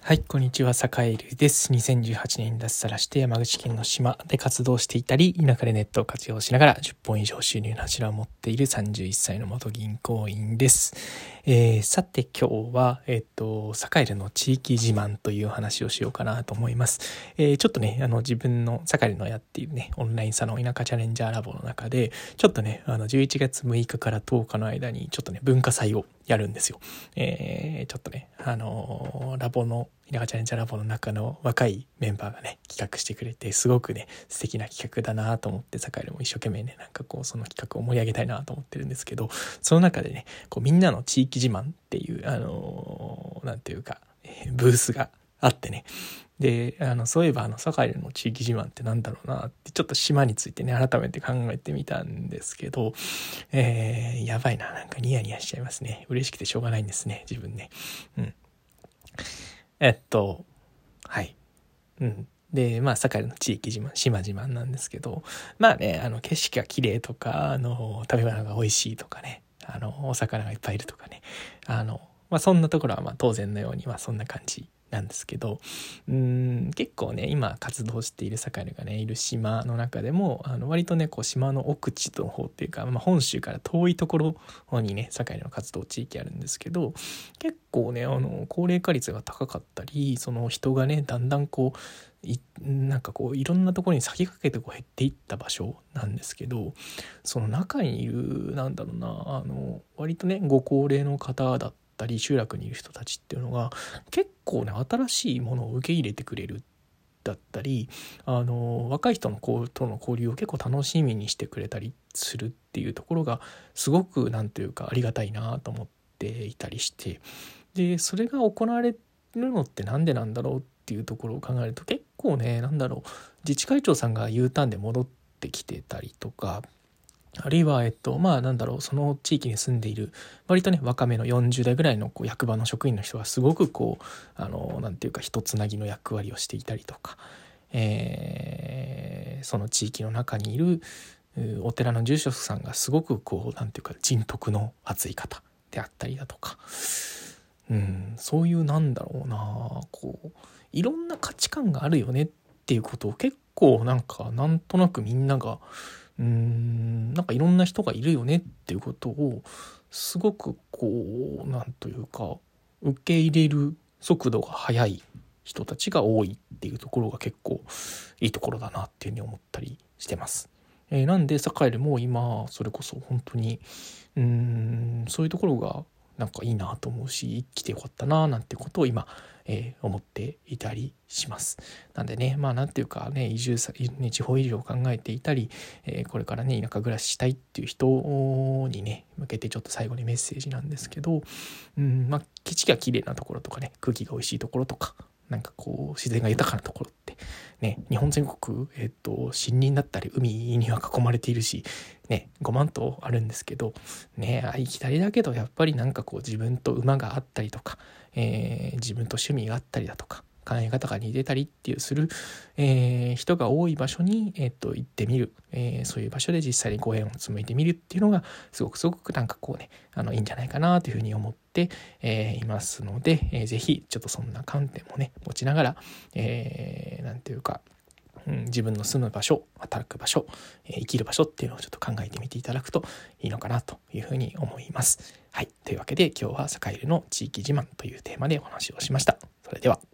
はい、こんにちは、サカエルです。2018年に脱サラして山口県の島で活動していたり、田舎でネットを活用しながら10本以上収入の柱を持っている31歳の元銀行員です。さて今日は、サカエルの地域自慢という話をしようかなと思います。ちょっとね、自分のサカエルのやっているね、オンラインサロン田舎チャレンジャーラボの中で、ちょっとね、11月6日から10日の間にちょっとね、文化祭をやるんですよ。ちょっとね、ラボの田舎チャレンジャーラボの中の若いメンバーがね企画してくれて、すごくね素敵な企画だなと思って、サカエルも一生懸命ねその企画を盛り上げたいなと思ってるんですけど、その中でねみんなの地域自慢っていうなんていうかブースがあってね、でそういえばサカエルの地域自慢ってなんだろうなってちょっと島についてね改めて考えてみたんですけど、やばいな、ニヤニヤしちゃいますね。嬉しくてしょうがないんですね、自分ね。はい。で、サカエルの地域自慢、島自慢なんですけど、景色が綺麗とか、食べ物が美味しいとかね、お魚がいっぱいいるとかね、そんなところは当然のように、そんな感じなんですけど、結構ね、今活動しているサカエルがね、いる島の中でも、割とね、島の奥地の方っていうか、本州から遠いところにね、サカエルの活動地域あるんですけど、結構ね、高齢化率が高かったり、その人がね、だんだんいろんなところに先駆けて減っていった場所なんですけど、その中にいる割とねご高齢の方だったり集落にいる人たちっていうのが結構ね新しいものを受け入れてくれるだったり、若い人との交流を結構楽しみにしてくれたりするっていうところがすごくありがたいなと思っていたりして、でそれが行われるのってなんでなんだろうっていうところを考えると、結構ね自治会長さんが U ターンで戻ってきてたりとか、あるいはその地域に住んでいる割とね若めの40代ぐらいの役場の職員の人がすごく人つなぎの役割をしていたりとか、その地域の中にいるお寺の住職さんがすごく人徳の厚い方であったりだとか、そういういろんな価値観があるよねっていうことを結構なんとなくみんながいろんな人がいるよねっていうことをすごく受け入れる速度が速い人たちが多いっていうところが結構いいところだなっていうふうに思ったりしてます。なんでサカエルも今それこそ本当にそういうところがいいなと思うし、来てよかったななんてことを今、思っていたりします。なんでね移住地方移住を考えていたり、これからね田舎暮らししたいっていう人にね向けてちょっと最後にメッセージなんですけど、景色が綺麗なところとかね、空気が美味しいところとか自然が豊かなところってね、日本全国、森林だったり海には囲まれているしね、5万頭あるんですけどね、ありきたりだけどやっぱり自分と馬があったりとか、自分と趣味があったりだとか考え方が似てたりっていうする、人が多い場所に、行ってみる、そういう場所で実際にご縁を紡いでみるっていうのがすごくいいんじゃないかなというふうに思っていますので、ぜひちょっとそんな観点もね持ちながら、自分の住む場所、働く場所、生きる場所っていうのをちょっと考えてみていただくといいのかなというふうに思います。はい、というわけで今日はサカエルの地域自慢というテーマでお話をしました。それでは。